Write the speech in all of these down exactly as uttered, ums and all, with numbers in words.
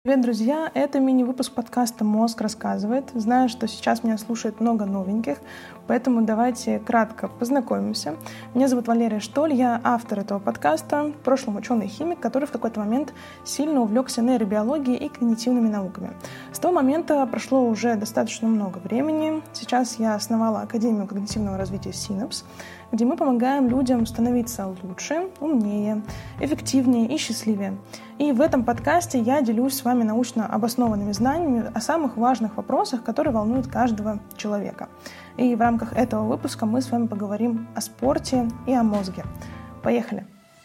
Привет, друзья! Это мини-выпуск подкаста «Мозг рассказывает». Знаю, что сейчас меня слушает много новеньких, поэтому давайте кратко познакомимся. Меня зовут Валерия Штоль, я автор этого подкаста, в прошлом ученый-химик, который в какой-то момент сильно увлекся нейробиологией и когнитивными науками. С того момента прошло уже достаточно много времени. Сейчас я основала Академию когнитивного развития «Синапс», где мы помогаем людям становиться лучше, умнее, эффективнее и счастливее. И в этом подкасте я делюсь с вами научно обоснованными знаниями о самых важных вопросах, которые волнуют каждого человека. И в рамках этого выпуска мы с вами поговорим о спорте и о мозге. Поехали!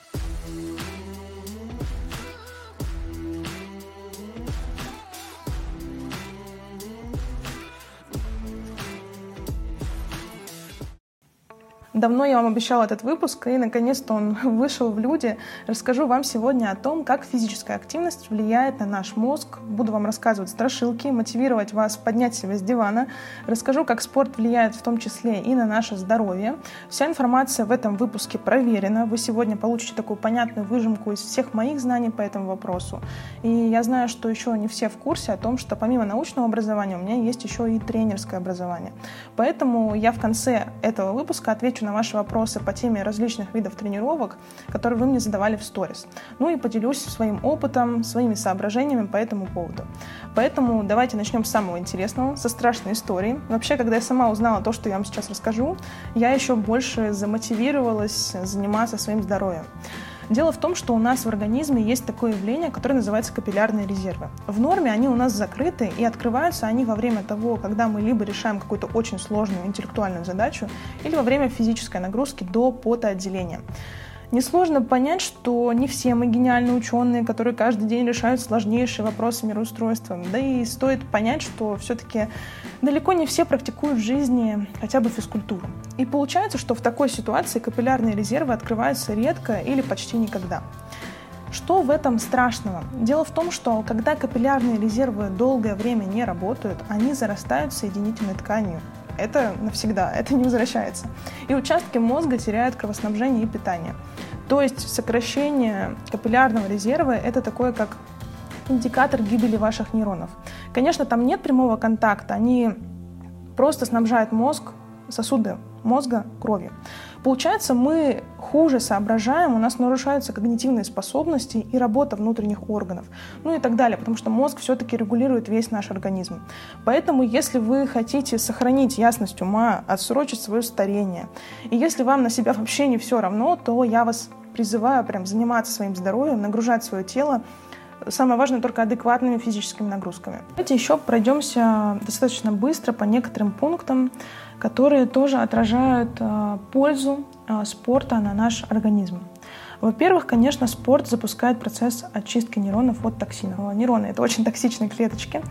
Давно я вам обещала этот выпуск, и наконец-то он вышел в люди. Расскажу вам сегодня о том, как физическая активность влияет на наш мозг. Буду вам рассказывать страшилки, мотивировать вас поднять себя с дивана. Расскажу, как спорт влияет в том числе и на наше здоровье. Вся информация в этом выпуске проверена. Вы сегодня получите такую понятную выжимку из всех моих знаний по этому вопросу. И я знаю, что еще не все в курсе о том, что помимо научного образования у меня есть еще и тренерское образование. Поэтому я в конце этого выпуска отвечу на ваши вопросы по теме различных видов тренировок, которые вы мне задавали в сторис. Ну и поделюсь своим опытом, своими соображениями по этому поводу. Поэтому давайте начнем с самого интересного, со страшной истории. Вообще, когда я сама узнала то, что я вам сейчас расскажу, я еще больше замотивировалась заниматься своим здоровьем. Дело в том, что у нас в организме есть такое явление, которое называется капиллярные резервы. В норме они у нас закрыты, и открываются они во время того, когда мы либо решаем какую-то очень сложную интеллектуальную задачу, или во время физической нагрузки до потоотделения. Несложно понять, что не все мы гениальные ученые, которые каждый день решают сложнейшие вопросы мироустройства. Да и стоит понять, что все-таки далеко не все практикуют в жизни хотя бы физкультуру. И получается, что в такой ситуации капиллярные резервы открываются редко или почти никогда. Что в этом страшного? Дело в том, что когда капиллярные резервы долгое время не работают, они зарастают соединительной тканью. Это навсегда, это не возвращается. И участки мозга теряют кровоснабжение и питание. То есть сокращение капиллярного резерва – это такое, как индикатор гибели ваших нейронов. Конечно, там нет прямого контакта, они просто снабжают мозг, сосуды мозга кровью. Получается, мы хуже соображаем, у нас нарушаются когнитивные способности и работа внутренних органов, ну и так далее, потому что мозг все-таки регулирует весь наш организм. Поэтому, если вы хотите сохранить ясность ума, отсрочить свое старение, и если вам на себя вообще не все равно, то я вас призываю прям заниматься своим здоровьем, нагружать свое тело, самое важное, только адекватными физическими нагрузками. Давайте еще пройдемся достаточно быстро по некоторым пунктам, которые тоже отражают э, пользу э, спорта на наш организм. Во-первых, конечно, спорт запускает процесс очистки нейронов от токсинов. Нейроны — это очень токсичные клеточки.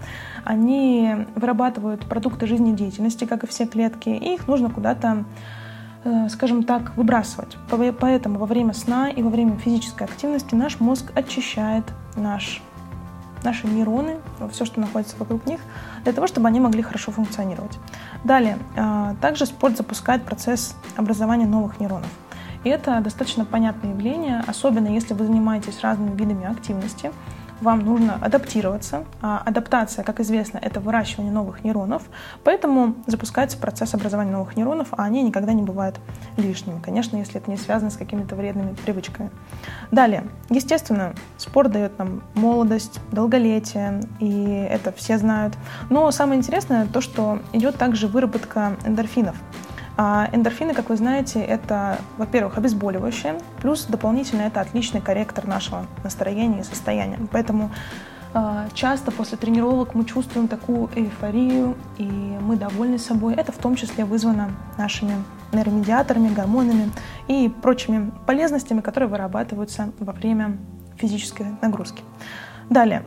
Они вырабатывают продукты жизнедеятельности, как и все клетки, и их нужно куда-то, э, скажем так, выбрасывать. Поэтому во время сна и во время физической активности наш мозг очищает наш наши нейроны, все, что находится вокруг них, для того, чтобы они могли хорошо функционировать. Далее, также спорт запускает процесс образования новых нейронов. И это достаточно понятное явление, особенно если вы занимаетесь разными видами активности. Вам нужно адаптироваться. А адаптация, как известно, это выращивание новых нейронов, поэтому запускается процесс образования новых нейронов, а они никогда не бывают лишними, конечно, если это не связано с какими-то вредными привычками. Далее, естественно, спорт дает нам молодость, долголетие, и это все знают. Но самое интересное то, что идет также выработка эндорфинов. А эндорфины, как вы знаете, это, во-первых, обезболивающее, плюс дополнительно это отличный корректор нашего настроения и состояния. Поэтому э, часто после тренировок мы чувствуем такую эйфорию, и мы довольны собой. Это в том числе вызвано нашими нейромедиаторами, гормонами и прочими полезностями, которые вырабатываются во время физической нагрузки. Далее.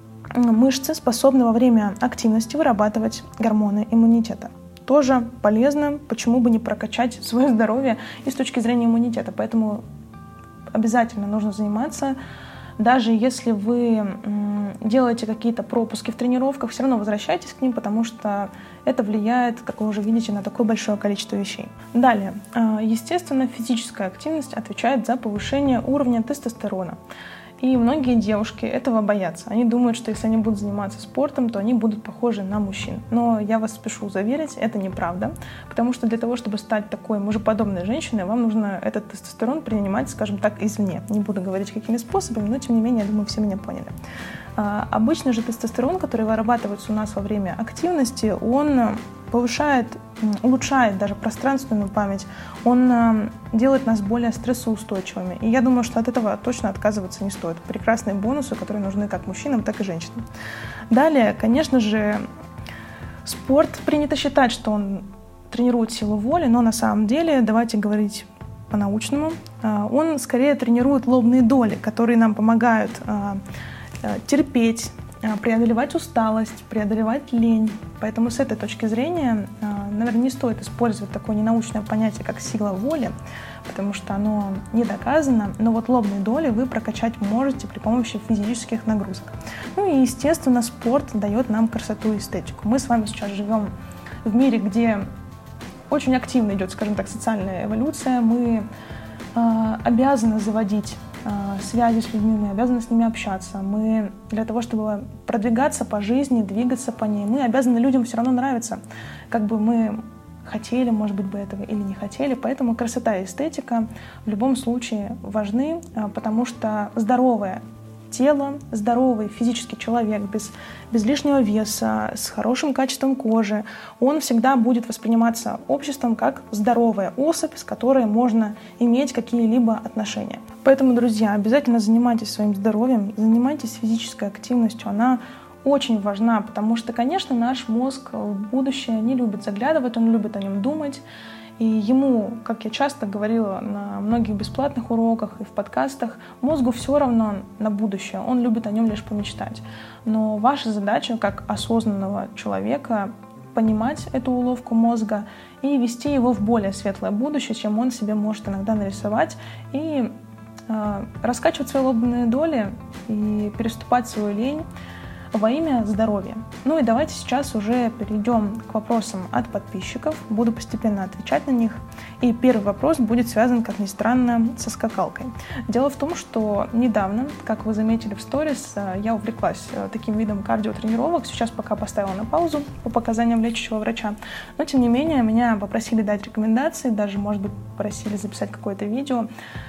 Мышцы способны во время активности вырабатывать гормоны иммунитета. Тоже полезно, почему бы не прокачать свое здоровье и с точки зрения иммунитета. Поэтому обязательно нужно заниматься. Даже если вы делаете какие-то пропуски в тренировках, все равно возвращайтесь к ним, потому что это влияет, как вы уже видите, на такое большое количество вещей. Далее, естественно, физическая активность отвечает за повышение уровня тестостерона. И многие девушки этого боятся. Они думают, что если они будут заниматься спортом, то они будут похожи на мужчин. Но я вас спешу заверить, это неправда. Потому что для того, чтобы стать такой мужеподобной женщиной, вам нужно этот тестостерон принимать, скажем так, извне. Не буду говорить, какими способами, но тем не менее, я думаю, все меня поняли. А, обычный же тестостерон, который вырабатывается у нас во время активности, он повышает, улучшает даже пространственную память, он делает нас более стрессоустойчивыми. И я думаю, что от этого точно отказываться не стоит. Прекрасные бонусы, которые нужны как мужчинам, так и женщинам. Далее, конечно же, спорт принято считать, что он тренирует силу воли, но на самом деле, давайте говорить по-научному, он скорее тренирует лобные доли, которые нам помогают терпеть, преодолевать усталость, преодолевать лень. Поэтому с этой точки зрения, наверное, не стоит использовать такое ненаучное понятие, как сила воли, потому что оно не доказано, но вот лобные доли вы прокачать можете при помощи физических нагрузок. Ну и, естественно, спорт дает нам красоту и эстетику. Мы с вами сейчас живем в мире, где очень активно идет, скажем так, социальная эволюция. Мы э, обязаны заводить связи с людьми, мы обязаны с ними общаться. Мы для того, чтобы продвигаться по жизни, двигаться по ней, мы обязаны людям все равно нравиться. Как бы мы хотели, может быть, бы этого или не хотели. Поэтому красота и эстетика в любом случае важны, потому что здоровое тело, здоровый физический человек без, без лишнего веса, с хорошим качеством кожи, он всегда будет восприниматься обществом как здоровая особь, с которой можно иметь какие-либо отношения. Поэтому, друзья, обязательно занимайтесь своим здоровьем, занимайтесь физической активностью. Она очень важна, потому что, конечно, наш мозг в будущее не любит заглядывать, он любит о нем думать. И ему, как я часто говорила на многих бесплатных уроках и в подкастах, мозгу все равно на будущее, он любит о нем лишь помечтать. Но ваша задача, как осознанного человека, понимать эту уловку мозга и вести его в более светлое будущее, чем он себе может иногда нарисовать, и э, раскачивать свои лобные доли и переступать свою лень во имя здоровья. Ну и давайте сейчас уже перейдем к вопросам от подписчиков. Буду постепенно отвечать на них. И первый вопрос будет связан, как ни странно, со скакалкой. Дело в том, что недавно, как вы заметили в сторис, я увлеклась таким видом кардиотренировок. Сейчас пока поставила на паузу по показаниям лечащего врача. Но, тем не менее, меня попросили дать рекомендации, даже, может быть, просили записать какое-то видео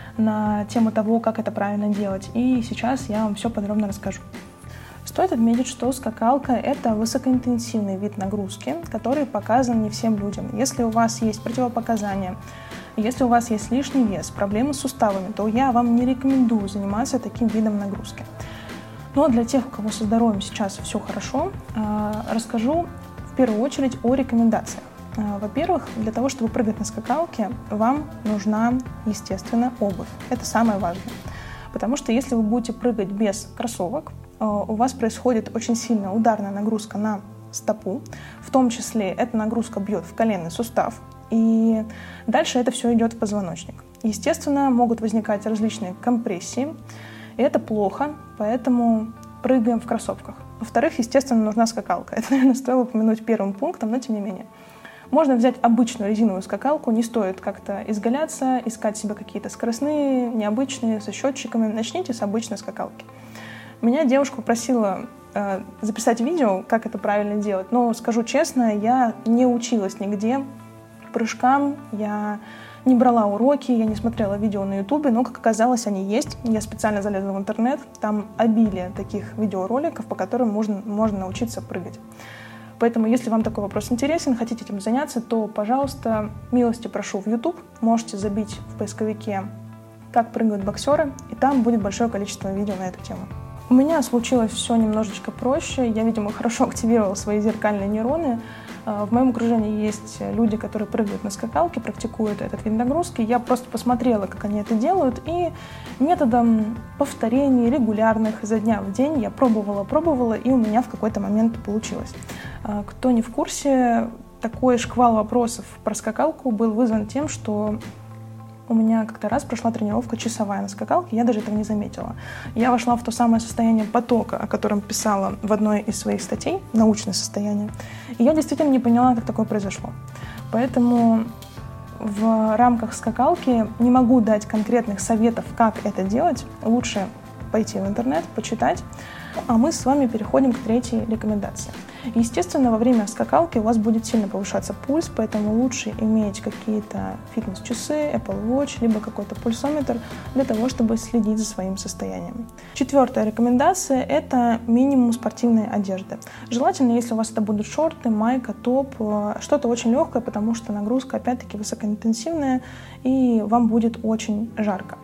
на тему того, как это правильно делать. И сейчас я вам все подробно расскажу. Стоит отметить, что скакалка – это высокоинтенсивный вид нагрузки, который показан не всем людям. Если у вас есть противопоказания, если у вас есть лишний вес, проблемы с суставами, то я вам не рекомендую заниматься таким видом нагрузки. Но для тех, у кого со здоровьем сейчас все хорошо, расскажу в первую очередь о рекомендациях. Во-первых, для того, чтобы прыгать на скакалке, вам нужна, естественно, обувь. Это самое важное. Потому что если вы будете прыгать без кроссовок, у вас происходит очень сильная ударная нагрузка на стопу. В том числе эта нагрузка бьет в коленный сустав. И дальше это все идет в позвоночник. Естественно, могут возникать различные компрессии. И это плохо, поэтому прыгаем в кроссовках. Во-вторых, естественно, нужна скакалка. Это, наверное, стоило упомянуть первым пунктом, но тем не менее. Можно взять обычную резиновую скакалку, не стоит как-то изгаляться, искать себе какие-то скоростные, необычные, со счетчиками. Начните с обычной скакалки. Меня девушка попросила э, записать видео, как это правильно делать, но, скажу честно, я не училась нигде прыжкам, я не брала уроки, я не смотрела видео на ютубе, но, как оказалось, они есть. Я специально залезла в интернет, там обилие таких видеороликов, по которым можно, можно научиться прыгать. Поэтому, если вам такой вопрос интересен, хотите этим заняться, то, пожалуйста, милости прошу в YouTube. Можете забить в поисковике «Как прыгают боксеры», и там будет большое количество видео на эту тему. У меня случилось все немножечко проще. Я, видимо, хорошо активировала свои зеркальные нейроны. В моем окружении есть люди, которые прыгают на скакалке, практикуют этот вид нагрузки. Я просто посмотрела, как они это делают, и методом повторений регулярных изо дня в день я пробовала, пробовала, и у меня в какой-то момент получилось. Кто не в курсе, такой шквал вопросов про скакалку был вызван тем, что у меня как-то раз прошла тренировка часовая на скакалке, я даже этого не заметила. Я вошла в то самое состояние потока, о котором писала в одной из своих статей, научное состояние, и я действительно не поняла, как такое произошло. Поэтому в рамках скакалки не могу дать конкретных советов, как это делать. Лучше пойти в интернет, почитать. А мы с вами переходим к третьей рекомендации. Естественно, во время скакалки у вас будет сильно повышаться пульс, поэтому лучше иметь какие-то фитнес-часы, Apple Watch, либо какой-то пульсометр для того, чтобы следить за своим состоянием. Четвертая рекомендация – это минимум спортивной одежды. Желательно, если у вас это будут шорты, майка, топ, что-то очень легкое, потому что нагрузка, опять-таки, высокоинтенсивная, и вам будет очень жарко.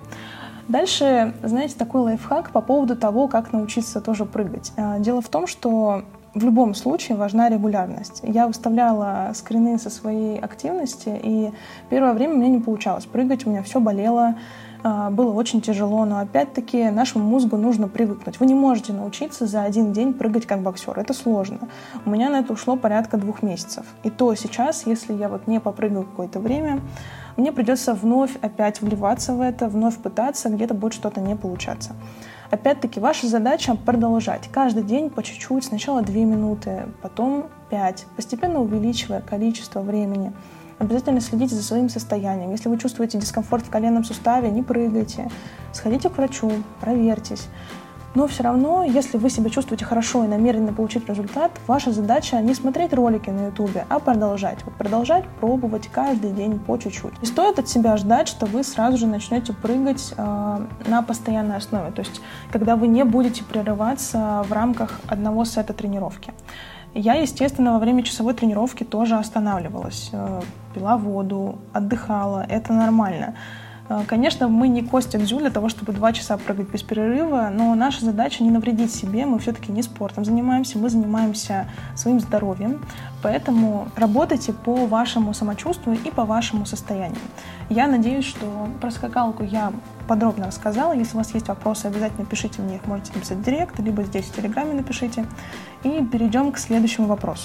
Дальше, знаете, такой лайфхак по поводу того, как научиться тоже прыгать. Дело в том, что в любом случае важна регулярность. Я выставляла скрины со своей активности, и первое время у меня не получалось прыгать, у меня все болело, было очень тяжело, но опять-таки нашему мозгу нужно привыкнуть. Вы не можете научиться за один день прыгать как боксер, это сложно. У меня на это ушло порядка двух месяцев. И то сейчас, если я вот не попрыгаю какое-то время, мне придется вновь опять вливаться в это, вновь пытаться, где-то будет что-то не получаться. Опять-таки, ваша задача продолжать каждый день по чуть-чуть, сначала две минуты, потом пять, постепенно увеличивая количество времени. Обязательно следите за своим состоянием. Если вы чувствуете дискомфорт в коленном суставе, не прыгайте, сходите к врачу, проверьтесь. Но все равно, если вы себя чувствуете хорошо и намерены получить результат, ваша задача не смотреть ролики на ютубе, а продолжать. Вот продолжать пробовать каждый день по чуть-чуть. Не стоит от себя ждать, что вы сразу же начнете прыгать э, на постоянной основе, то есть когда вы не будете прерываться в рамках одного сета тренировки. Я, естественно, во время часовой тренировки тоже останавливалась, э, пила воду, отдыхала, это нормально. Конечно, мы не Костя Дзю для того, чтобы два часа прыгать без перерыва, но наша задача не навредить себе, мы все-таки не спортом занимаемся, мы занимаемся своим здоровьем, поэтому работайте по вашему самочувствию и по вашему состоянию. Я надеюсь, что про скакалку я подробно рассказала. Если у вас есть вопросы, обязательно пишите мне их, можете написать в директ, либо здесь в Телеграме напишите. И перейдем к следующему вопросу.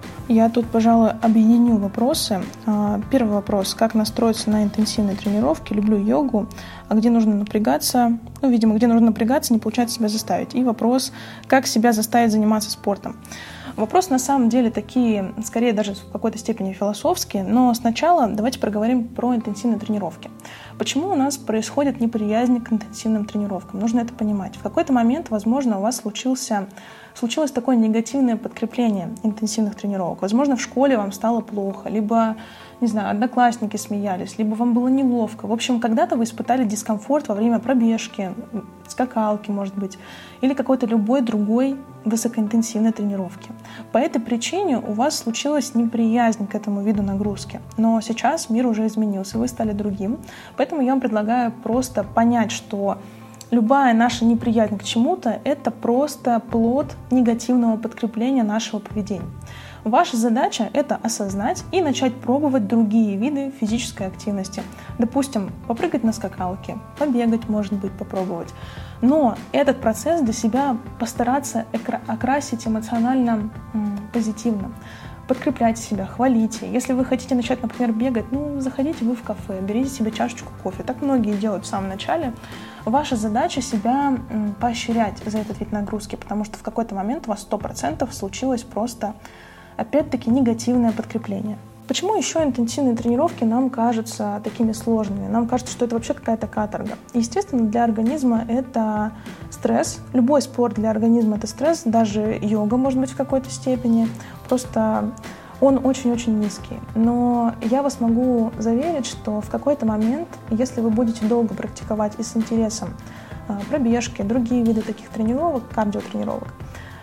Я тут, пожалуй, объединю вопросы. Первый вопрос. Как настроиться на интенсивные тренировки? Люблю йогу. А где нужно напрягаться? Ну, видимо, где нужно напрягаться, не получается себя заставить. И вопрос. Как себя заставить заниматься спортом? Вопросы на самом деле такие, скорее даже в какой-то степени философские, но сначала давайте проговорим про интенсивные тренировки. Почему у нас происходит неприязнь к интенсивным тренировкам? Нужно это понимать. В какой-то момент, возможно, у вас случился, случилось такое негативное подкрепление интенсивных тренировок. Возможно, в школе вам стало плохо, либо, не знаю, одноклассники смеялись, либо вам было неловко. В общем, когда-то вы испытали дискомфорт во время пробежки, скакалки, может быть, или какой-то любой другой высокоинтенсивной тренировки. По этой причине у вас случилась неприязнь к этому виду нагрузки. Но сейчас мир уже изменился, вы стали другим. Поэтому я вам предлагаю просто понять, что любая наша неприязнь к чему-то — это просто плод негативного подкрепления нашего поведения. Ваша задача — это осознать и начать пробовать другие виды физической активности. Допустим, попрыгать на скакалке, побегать, может быть, попробовать. Но этот процесс для себя постараться окрасить эмоционально м, позитивно. Подкрепляйте себя, хвалите. Если вы хотите начать, например, бегать, ну, заходите вы в кафе, берите себе чашечку кофе. Так многие делают в самом начале. Ваша задача себя м, поощрять за этот вид нагрузки, потому что в какой-то момент у вас сто процентов случилось просто, опять-таки, негативное подкрепление. Почему еще интенсивные тренировки нам кажутся такими сложными? Нам кажется, что это вообще какая-то каторга. Естественно, для организма это стресс. Любой спорт для организма — это стресс. Даже йога, может быть, в какой-то степени. Просто он очень-очень низкий. Но я вас могу заверить, что в какой-то момент, если вы будете долго практиковать и с интересом пробежки, другие виды таких тренировок, кардиотренировок,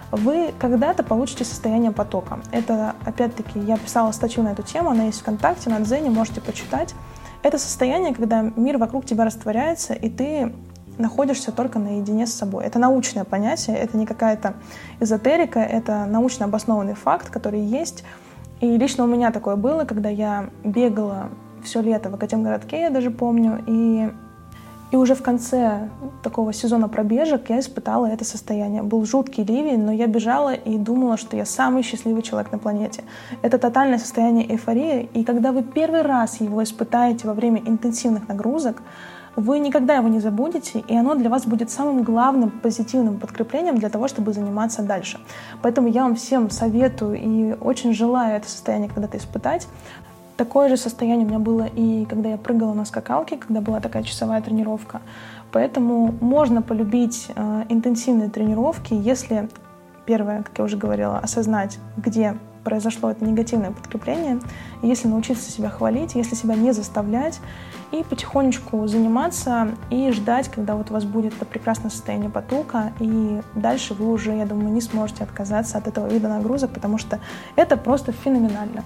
вы когда-то получите состояние потока. Это, опять-таки, я писала статью на эту тему, она есть ВКонтакте, на Дзене, можете почитать. Это состояние, когда мир вокруг тебя растворяется, и ты находишься только наедине с собой. Это научное понятие, это не какая-то эзотерика, это научно обоснованный факт, который есть. И лично у меня такое было, когда я бегала все лето в Академгородке, я даже помню, и И уже в конце такого сезона пробежек я испытала это состояние. Был жуткий ливень, но я бежала и думала, что я самый счастливый человек на планете. Это тотальное состояние эйфории, и когда вы первый раз его испытаете во время интенсивных нагрузок, вы никогда его не забудете, и оно для вас будет самым главным позитивным подкреплением для того, чтобы заниматься дальше. Поэтому я вам всем советую и очень желаю это состояние когда-то испытать. Такое же состояние у меня было и когда я прыгала на скакалке, когда была такая часовая тренировка. Поэтому можно полюбить э, интенсивные тренировки, если, первое, как я уже говорила, осознать, где произошло это негативное подкрепление, если научиться себя хвалить, если себя не заставлять, и потихонечку заниматься и ждать, когда вот у вас будет это прекрасное состояние потока, и дальше вы уже, я думаю, не сможете отказаться от этого вида нагрузок, потому что это просто феноменально.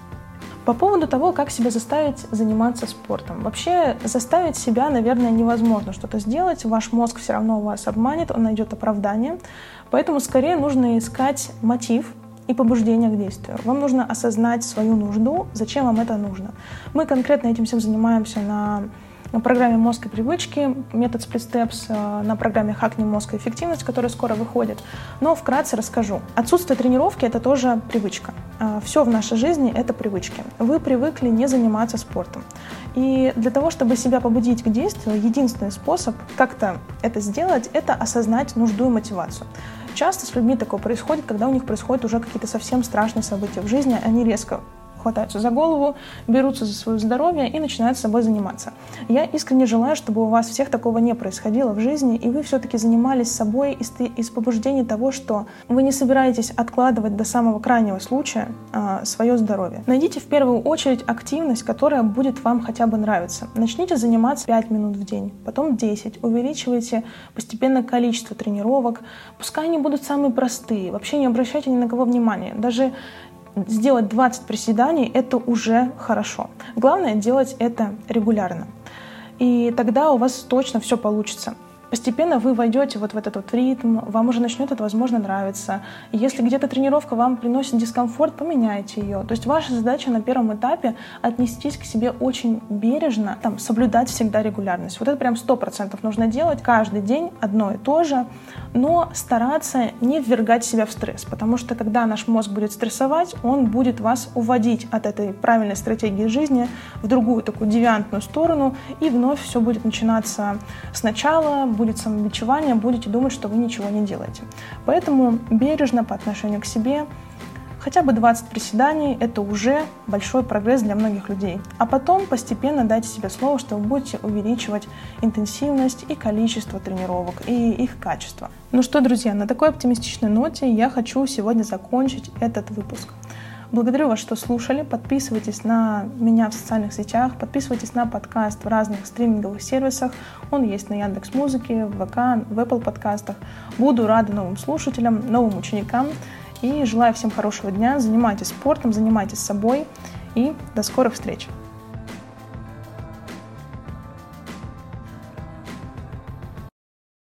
По поводу того, как себя заставить заниматься спортом. Вообще, заставить себя, наверное, невозможно что-то сделать. Ваш мозг все равно вас обманет, он найдет оправдание. Поэтому скорее нужно искать мотив и побуждение к действию. Вам нужно осознать свою нужду, зачем вам это нужно. Мы конкретно этим всем занимаемся на на программе «Мозг и привычки», метод Split Steps, на программе «Хакни мозг и эффективность», которая скоро выходит. Но вкратце расскажу. Отсутствие тренировки – это тоже привычка. Все в нашей жизни – это привычки. Вы привыкли не заниматься спортом. И для того, чтобы себя побудить к действию, единственный способ как-то это сделать – это осознать нужду и мотивацию. Часто с людьми такое происходит, когда у них происходят уже какие-то совсем страшные события в жизни, они резко хватаются за голову, берутся за свое здоровье и начинают с собой заниматься. Я искренне желаю, чтобы у вас всех такого не происходило в жизни, и вы все-таки занимались собой из, из побуждения того, что вы не собираетесь откладывать до самого крайнего случая а, свое здоровье. Найдите в первую очередь активность, которая будет вам хотя бы нравиться. Начните заниматься пять минут в день, потом десять. Увеличивайте постепенно количество тренировок. Пускай они будут самые простые. Вообще не обращайте ни на кого внимания. Даже сделать двадцать приседаний – это уже хорошо. Главное – делать это регулярно. И тогда у вас точно все получится. Постепенно вы войдете вот в этот вот ритм, вам уже начнет это, возможно, нравиться. И если где-то тренировка вам приносит дискомфорт, поменяйте ее. То есть ваша задача на первом этапе отнестись к себе очень бережно, там, соблюдать всегда регулярность. Вот это прям сто процентов нужно делать каждый день одно и то же, но стараться не ввергать себя в стресс, потому что когда наш мозг будет стрессовать, он будет вас уводить от этой правильной стратегии жизни в другую такую девиантную сторону, и вновь все будет начинаться сначала, будет самобичевание, будете думать, что вы ничего не делаете. Поэтому бережно по отношению к себе. Хотя бы двадцать приседаний – это уже большой прогресс для многих людей. А потом постепенно дайте себе слово, что вы будете увеличивать интенсивность и количество тренировок, и их качество. Ну что, друзья, на такой оптимистичной ноте я хочу сегодня закончить этот выпуск. Благодарю вас, что слушали. Подписывайтесь на меня в социальных сетях, подписывайтесь на подкаст в разных стриминговых сервисах. Он есть на Яндекс.Музыке, в ВК, в Apple подкастах. Буду рада новым слушателям, новым ученикам. И желаю всем хорошего дня. Занимайтесь спортом, занимайтесь собой. И до скорых встреч!